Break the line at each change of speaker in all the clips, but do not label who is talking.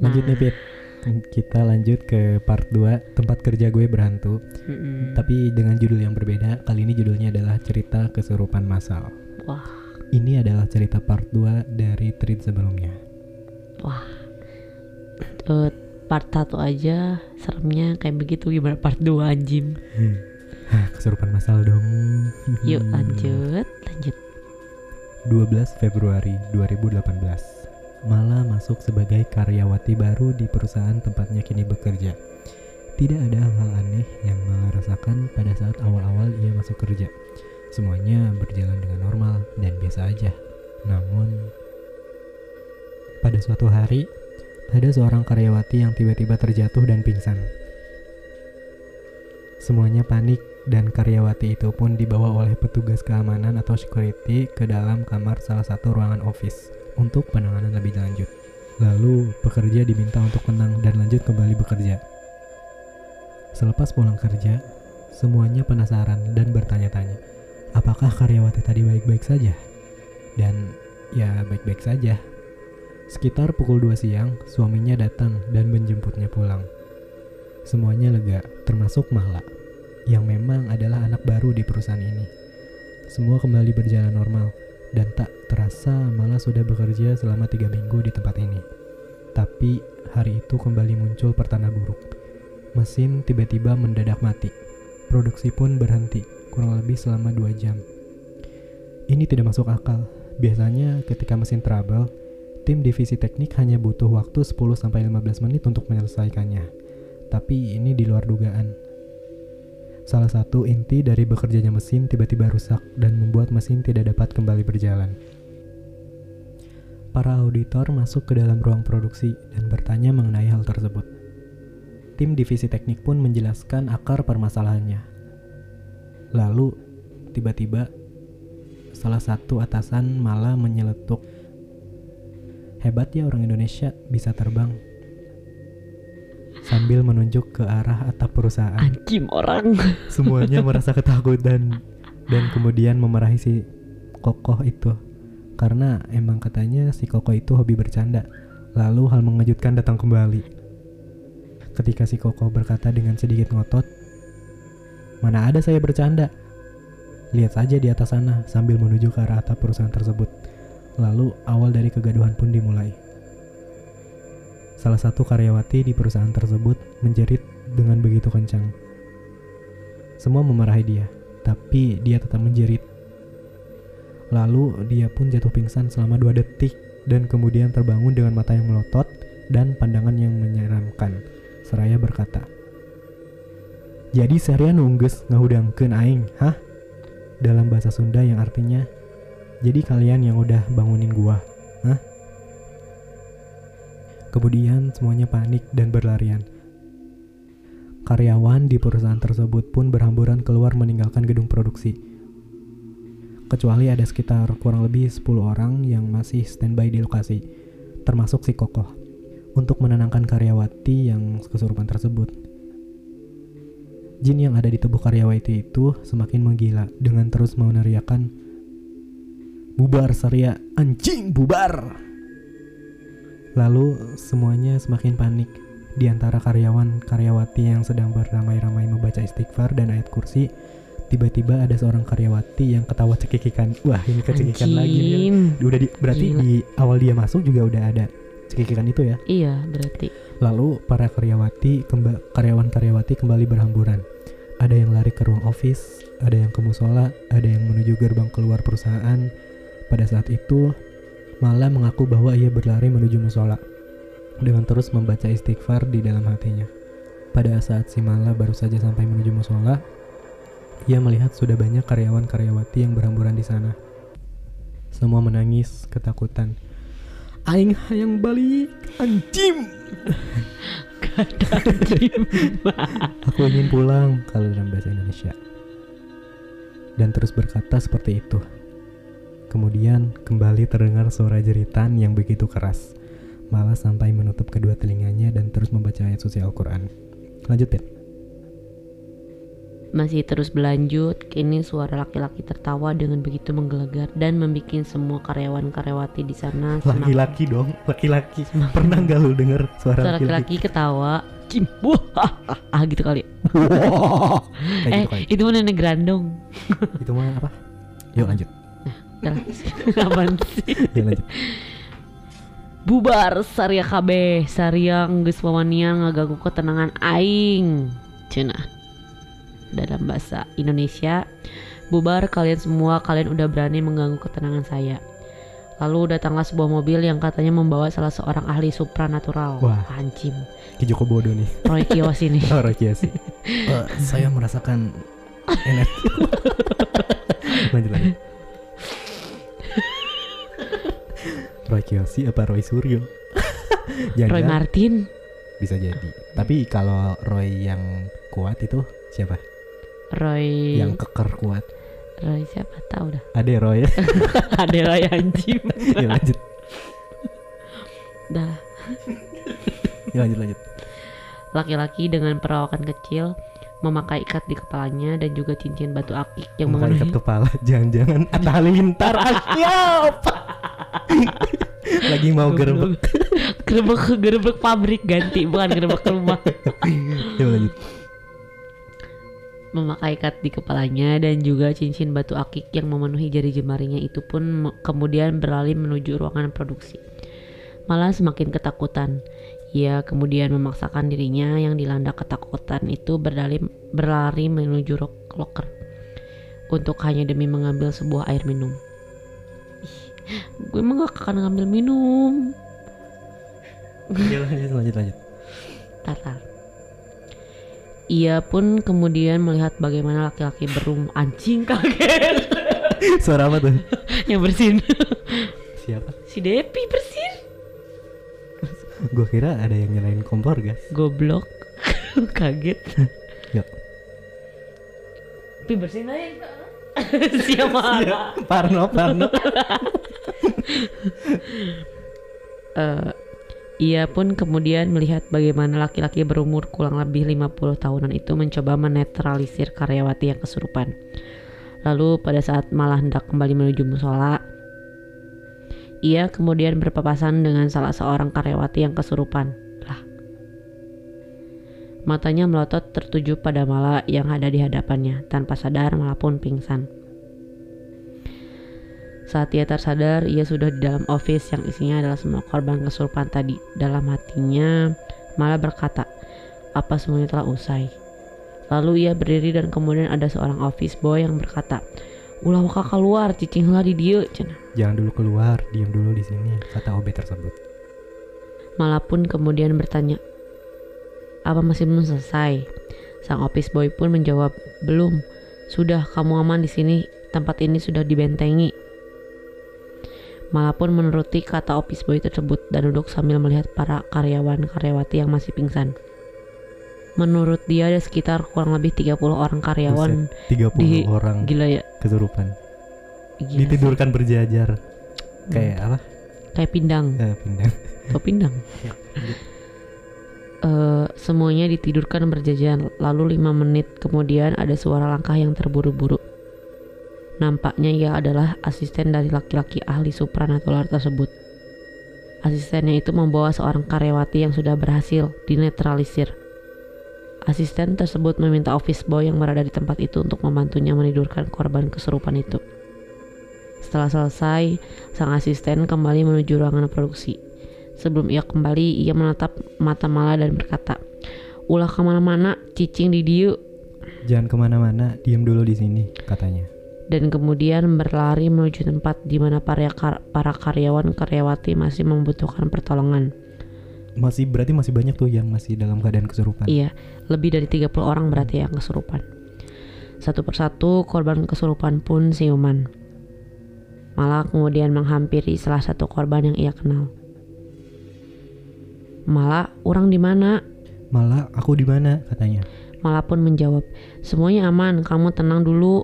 Lanjut nih Pit. Kita lanjut ke part 2, tempat kerja gue berhantu. Tapi dengan judul yang berbeda. Kali ini judulnya adalah cerita kesurupan massal.
Wah.
Ini adalah cerita part 2 dari thread sebelumnya.
Wah. Part 1 aja seremnya kayak begitu, gimana part 2 anjim?
Kesurupan massal dong.
Yuk lanjut.
12 Februari 2018. Mala masuk sebagai karyawati baru di perusahaan tempatnya kini bekerja. Tidak ada hal aneh yang Mala rasakan pada saat awal-awal ia masuk kerja. Semuanya berjalan dengan normal dan biasa aja. Namun, pada suatu hari, ada seorang karyawati yang tiba-tiba terjatuh dan pingsan. Semuanya panik dan karyawati itu pun dibawa oleh petugas keamanan atau security ke dalam kamar salah satu ruangan office untuk penanganan lebih lanjut. Lalu pekerja diminta untuk tenang dan lanjut kembali bekerja. Selepas pulang kerja, semuanya penasaran dan bertanya-tanya, apakah karyawati tadi baik-baik saja? Dan ya baik-baik saja. Sekitar pukul 2 siang, suaminya datang dan menjemputnya pulang. Semuanya lega, termasuk Mala, yang memang adalah anak baru di perusahaan ini. Semua kembali berjalan normal, dan tak terasa Mala sudah bekerja selama 3 minggu di tempat ini. Tapi hari itu kembali muncul pertanda buruk. Mesin tiba-tiba mendadak mati. Produksi pun berhenti, kurang lebih selama 2 jam. Ini tidak masuk akal. Biasanya ketika mesin trouble, tim divisi teknik hanya butuh waktu 10-15 menit untuk menyelesaikannya. Tapi ini di luar dugaan. Salah satu inti dari bekerjanya mesin tiba-tiba rusak dan membuat mesin tidak dapat kembali berjalan. Para auditor masuk ke dalam ruang produksi dan bertanya mengenai hal tersebut. Tim divisi teknik pun menjelaskan akar permasalahannya. Lalu, tiba-tiba, salah satu atasan malah menyeletuk. Hebat ya orang Indonesia bisa terbang. Sambil menunjuk ke arah atap perusahaan.
Anjim orang.
Semuanya merasa ketakutan dan kemudian memarahi si kokoh itu. Karena emang katanya si kokoh itu hobi bercanda. Lalu hal mengejutkan datang kembali. Ketika si kokoh berkata dengan sedikit ngotot, "Mana ada saya bercanda? Lihat saja di atas sana," sambil menuju ke arah atap perusahaan tersebut. Lalu awal dari kegaduhan pun dimulai. Salah satu karyawati di perusahaan tersebut menjerit dengan begitu kencang. Semua memarahi dia, tapi dia tetap menjerit. Lalu dia pun jatuh pingsan selama 2 detik dan kemudian terbangun dengan mata yang melotot dan pandangan yang menyeramkan. Seraya berkata, "Jadi serian nungges ngahudangkeun aing, hah?" Dalam bahasa Sunda yang artinya, "Jadi kalian yang udah bangunin gua, hah?" Kemudian semuanya panik dan berlarian. Karyawan di perusahaan tersebut pun berhamburan keluar meninggalkan gedung produksi. Kecuali ada sekitar kurang lebih 10 orang yang masih standby di lokasi, termasuk si kokoh, untuk menenangkan karyawati yang kesurupan tersebut. Jin yang ada di tubuh karyawati itu semakin menggila dengan terus meneriakkan, "Bubar Saria, anjing bubar!" Lalu semuanya semakin panik. Di antara karyawan-karyawati yang sedang beramai-ramai membaca istighfar dan ayat kursi, tiba-tiba ada seorang karyawati yang ketawa cekikikan. Wah, ini kecekikan lagi nih. Berarti gila. Di awal dia masuk juga udah ada cekikikan itu ya?
Iya, berarti.
Lalu para karyawan-karyawati kembali berhamburan. Ada yang lari ke ruang office, ada yang ke musola, ada yang menuju gerbang keluar perusahaan. Pada saat itu Mala mengaku bahwa ia berlari menuju musola dengan terus membaca istighfar di dalam hatinya. Pada saat si Mala baru saja sampai menuju musola, ia melihat sudah banyak karyawan-karyawati yang berhamburan di sana. Semua menangis ketakutan. "Aing hayang balik, anjim!"
Kata anjim.
"Aku ingin pulang," kalau dalam bahasa Indonesia. Dan terus berkata seperti itu. Kemudian kembali terdengar suara jeritan yang begitu keras. Malah sampai menutup kedua telinganya dan terus membaca ayat suci Al-Quran. Lanjut ya.
Masih terus berlanjut, kini suara laki-laki tertawa dengan begitu menggelegar dan membuat semua karyawan-karyawati di sana
Laki-laki dong, laki-laki. Pernah nggak lu denger suara
laki-laki ketawa, cim, wah, gitu kali.
Kayak gitu kali.
Itu mah nenek grandong.
Itu mah apa? Yuk lanjut.
Udah lah. Apaan sih?
Yuk lanjut.
Bubar saria kabeh, sariang geus wawanian ngaganggu ketenangan aing. Cenah. Dalam bahasa Indonesia, bubar kalian semua, kalian udah berani mengganggu ketenangan saya. Lalu datanglah sebuah mobil yang katanya membawa salah seorang ahli supranatural.
Wah.
Anjim.
Ki Joko Bodo nih.
Roy Kiyoshi nih.
Oh, Roy Kiyoshi. Saya merasakan enak. Lanjut. Roy Kiyoshi apa Roy Suryo?
Roy Martin.
Bisa jadi. Tapi kalau Roy yang kuat itu siapa?
Roy
Yang keker kuat.
Roy siapa tahu dah.
Ade Roy.
Ada Roy anjim.
Ya lanjut.
Dah.
Ya lanjut.
Laki-laki dengan perawakan kecil memakai ikat di kepalanya dan juga cincin batu akik yang
Memakai ikat
memenuhi
kepala. Jangan-jangan Atta Halilintar. Siap. Lagi mau gerbek.
Gerbek pabrik ganti, bukan gerbek rumah.
Ya lanjut.
Memakai ikat di kepalanya dan juga cincin batu akik yang memenuhi jari jemarinya itu pun kemudian beralih menuju ruangan produksi. Malah semakin ketakutan. Ia kemudian memaksakan dirinya yang dilanda ketakutan itu berlari menuju locker untuk hanya demi mengambil sebuah air minum. Gue emang gak akan ngambil minum.
Ya lanjut.
Tar. Ia pun kemudian melihat bagaimana laki-laki anjing kaget.
Suara apa tuh?
Yang bersin.
Siapa?
Si Depi bersin.
Gue kira ada yang nyalain kompor gas.
Goblok. Kaget.
Yuk.
Tapi bersin aja. Siapa?
Parno.
Ia pun kemudian melihat bagaimana laki-laki berumur kurang lebih 50 tahunan itu mencoba menetralisir karyawati yang kesurupan. Lalu pada saat malah hendak kembali menuju musola, ia kemudian berpapasan dengan salah seorang karyawati yang kesurupan. Matanya melotot tertuju pada Mala yang ada di hadapannya. Tanpa sadar Mala pun pingsan. Saat ia tersadar, ia sudah di dalam office yang isinya adalah semua korban kesurupan tadi. Dalam hatinya, Mala berkata, apa semuanya telah usai. Lalu ia berdiri dan kemudian ada seorang office boy yang berkata, ulah waka keluar, cicinglah di dieu, cenah.
Jangan dulu keluar, diam dulu di sini, kata OB tersebut.
Mala pun kemudian bertanya, apa masih belum selesai? Sang office boy pun menjawab, belum. Sudah, kamu aman di sini. Tempat ini sudah dibentengi. Mala pun menuruti kata office boy tersebut dan duduk sambil melihat para karyawan-karyawati yang masih pingsan. Menurut dia ada sekitar kurang lebih 30 orang karyawan.
Buset, 30 orang
gila ya,
kesurupan.
gila
Ditidurkan berjajar. Kayak apa?
kayak pindang.
Pindang.
Atau pindang. Semuanya ditidurkan berjajar. Lalu 5 menit kemudian ada suara langkah yang terburu-buru. Nampaknya ia adalah asisten dari laki-laki ahli supranatural tersebut. Asistennya itu membawa seorang karyawati yang sudah berhasil dinetralisir. Asisten tersebut meminta office boy yang berada di tempat itu untuk membantunya menidurkan korban kesurupan itu. Setelah selesai, sang asisten kembali menuju ruangan produksi. Sebelum ia kembali, ia menatap mata Mala dan berkata, ulah kemana-mana, cicing di dieu.
Jangan kemana-mana, diam dulu di sini, katanya.
Dan kemudian berlari menuju tempat di mana para karyawan-karyawati masih membutuhkan pertolongan.
Berarti masih banyak tuh yang masih dalam keadaan kesurupan.
Iya, lebih dari 30 orang berarti yang kesurupan. Satu persatu korban kesurupan pun siuman. Mala kemudian menghampiri salah satu korban yang ia kenal. Mala, orang di mana?
Mala, aku di mana? Katanya.
Mala pun menjawab, semuanya aman, kamu tenang dulu.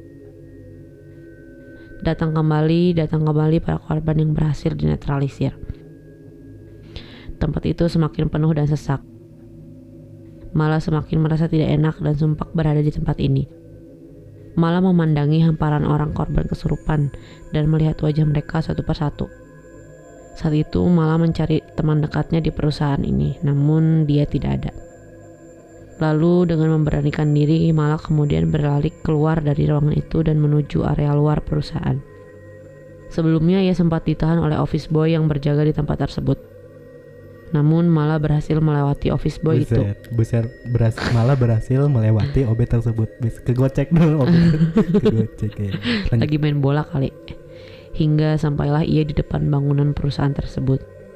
Datang kembali para korban yang berhasil dinetralisir. Tempat itu semakin penuh dan sesak. Malah semakin merasa tidak enak dan sumpah berada di tempat ini. Malah memandangi hamparan orang korban kesurupan dan melihat wajah mereka satu persatu. Saat itu Mala mencari teman dekatnya di perusahaan ini, namun dia tidak ada. Lalu dengan memberanikan diri, Mala kemudian berlari keluar dari ruangan itu dan menuju area luar perusahaan. Sebelumnya ia sempat ditahan oleh office boy yang berjaga di tempat tersebut. Namun Mala berhasil melewati office boy itu.
Malah berhasil melewati OB tersebut. Kegocek dulu OB. Kegocek ya.
Lagi main bola kali. Hingga sampailah ia di depan bangunan perusahaan tersebut.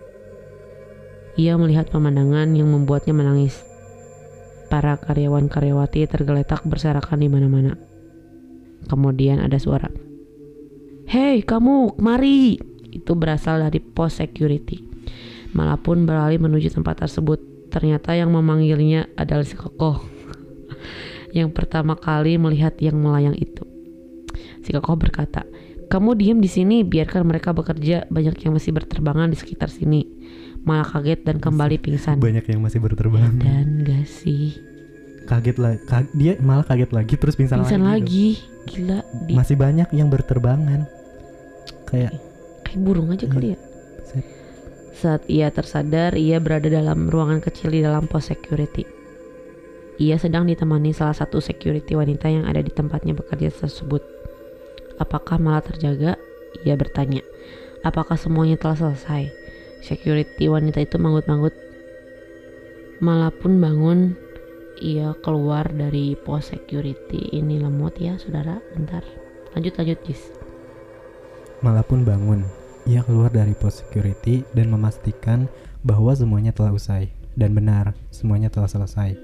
Ia melihat pemandangan yang membuatnya menangis. Para karyawan-karyawati tergeletak berserakan di mana-mana. Kemudian ada suara, "Hei kamu, kemari!" Itu berasal dari pos security. Mala pun berlari menuju tempat tersebut. Ternyata yang memanggilnya adalah si Kokoh yang pertama kali melihat yang melayang itu. Si Kokoh berkata, "Kamu diam di sini, biarkan mereka bekerja. Banyak yang masih berterbangan di sekitar sini." Mala kaget dan kembali pingsan.
Banyak yang masih berterbangan.
Dan gak sih?
Kaget lah, dia malah kaget lagi terus pingsan
lagi. Gila.
Masih banyak yang berterbangan. Kayak
burung aja kali ya. Saat ia tersadar, ia berada dalam ruangan kecil di dalam pos security. Ia sedang ditemani salah satu security wanita yang ada di tempatnya bekerja tersebut. Apakah Mala terjaga? Ia bertanya. Apakah semuanya telah selesai? Security wanita itu manggut-manggut. Mala pun bangun. Ia keluar dari pos security. Ini lemot ya saudara. Bentar. Lanjut Jis.
Mala pun bangun. Ia keluar dari pos security dan memastikan bahwa semuanya telah usai. Dan benar, semuanya telah selesai.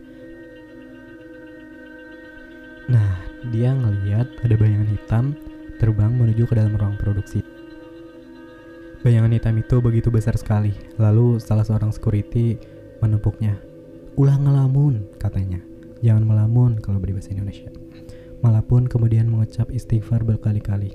Nah, dia ngeliat ada bayangan hitam terbang menuju ke dalam ruang produksi. Bayangan hitam itu begitu besar sekali. Lalu salah seorang security menepuknya. "Ulah ngelamun," katanya. "Jangan melamun," kalau berbahasa Indonesia. Mala pun kemudian mengucap istighfar berkali-kali.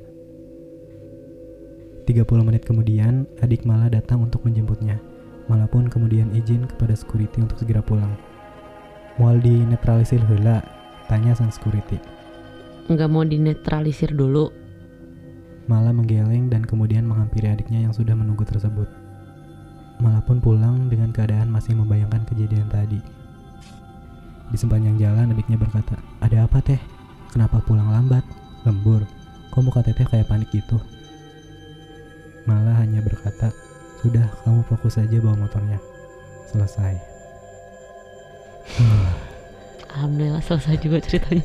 30 menit kemudian, adik Mala datang untuk menjemputnya. Mala pun kemudian izin kepada security untuk segera pulang. "Moal dinetralisir heula?" tanya sang security.
"Enggak mau dinetralisir dulu."
Mala menggeleng dan kemudian menghampiri adiknya yang sudah menunggu tersebut. Mala pun pulang dengan keadaan masih membayangkan kejadian tadi. Di sepanjang jalan adiknya berkata, "Ada apa teh? Kenapa pulang lambat? Lembur. Kok muka teteh kayak panik gitu?" Mala hanya berkata, "Sudah, kamu fokus saja bawa motornya. Selesai."
Alhamdulillah selesai juga ceritanya.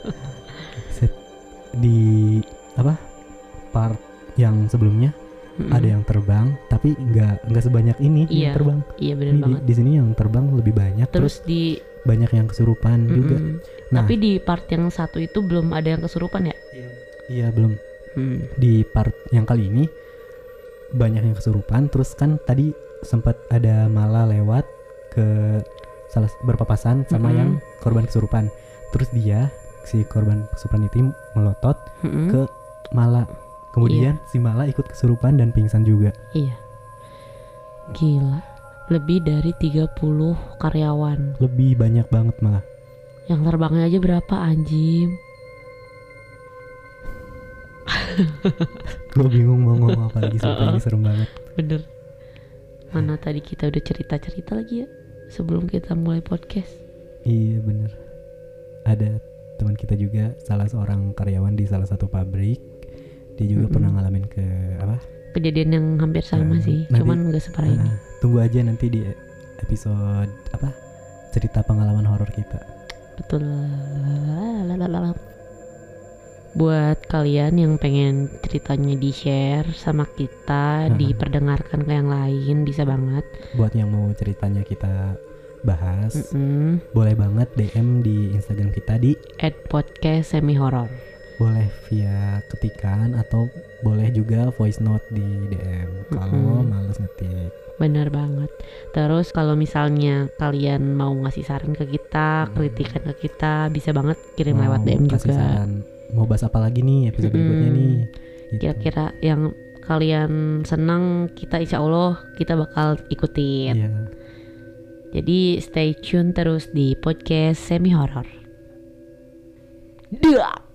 Di part yang sebelumnya ada yang terbang, tapi nggak sebanyak ini yang terbang.
Iya benar banget.
Di sini yang terbang lebih banyak. Terus
di
banyak yang kesurupan juga. Nah,
tapi di part yang satu itu belum ada yang kesurupan ya?
Iya belum. Di part yang kali ini banyak yang kesurupan. Terus kan tadi sempat ada Mala lewat ke berpapasan sama yang korban kesurupan. Terus dia si korban kesurupan itu melotot ke Mala. Kemudian si Mala ikut kesurupan dan pingsan juga.
Iya. Gila. Lebih dari 30 karyawan.
Lebih banyak banget malah.
Yang terbangnya aja berapa anjing?
Gue bingung mau ngomong apa lagi, sumpah ini serem banget.
Bener. Mana tadi kita udah cerita-cerita lagi ya sebelum kita mulai podcast.
Iya bener. Ada teman kita juga, salah seorang karyawan di salah satu pabrik. Dia juga pernah ngalamin kejadian
yang hampir sama sih, cuman gak separah ini.
Tunggu aja nanti di episode cerita pengalaman horor kita.
Betul. Buat kalian yang pengen ceritanya di-share sama kita, diperdengarkan ke yang lain, bisa banget.
Buat yang mau ceritanya kita bahas, boleh banget DM di Instagram kita di
@podcastsemihoror.
Boleh via ketikan atau boleh juga voice note di DM kalau males ngetik.
Bener banget. Terus kalau misalnya kalian mau ngasih saran ke kita, kritikan ke kita, bisa banget kirim lewat DM juga.
Saran. Mau bahas apa lagi nih episode berikutnya nih? Gitu.
Kira-kira yang kalian senang, kita insya Allah kita bakal ikutin.
Iya.
Jadi stay tune terus di podcast semi horor. Dah.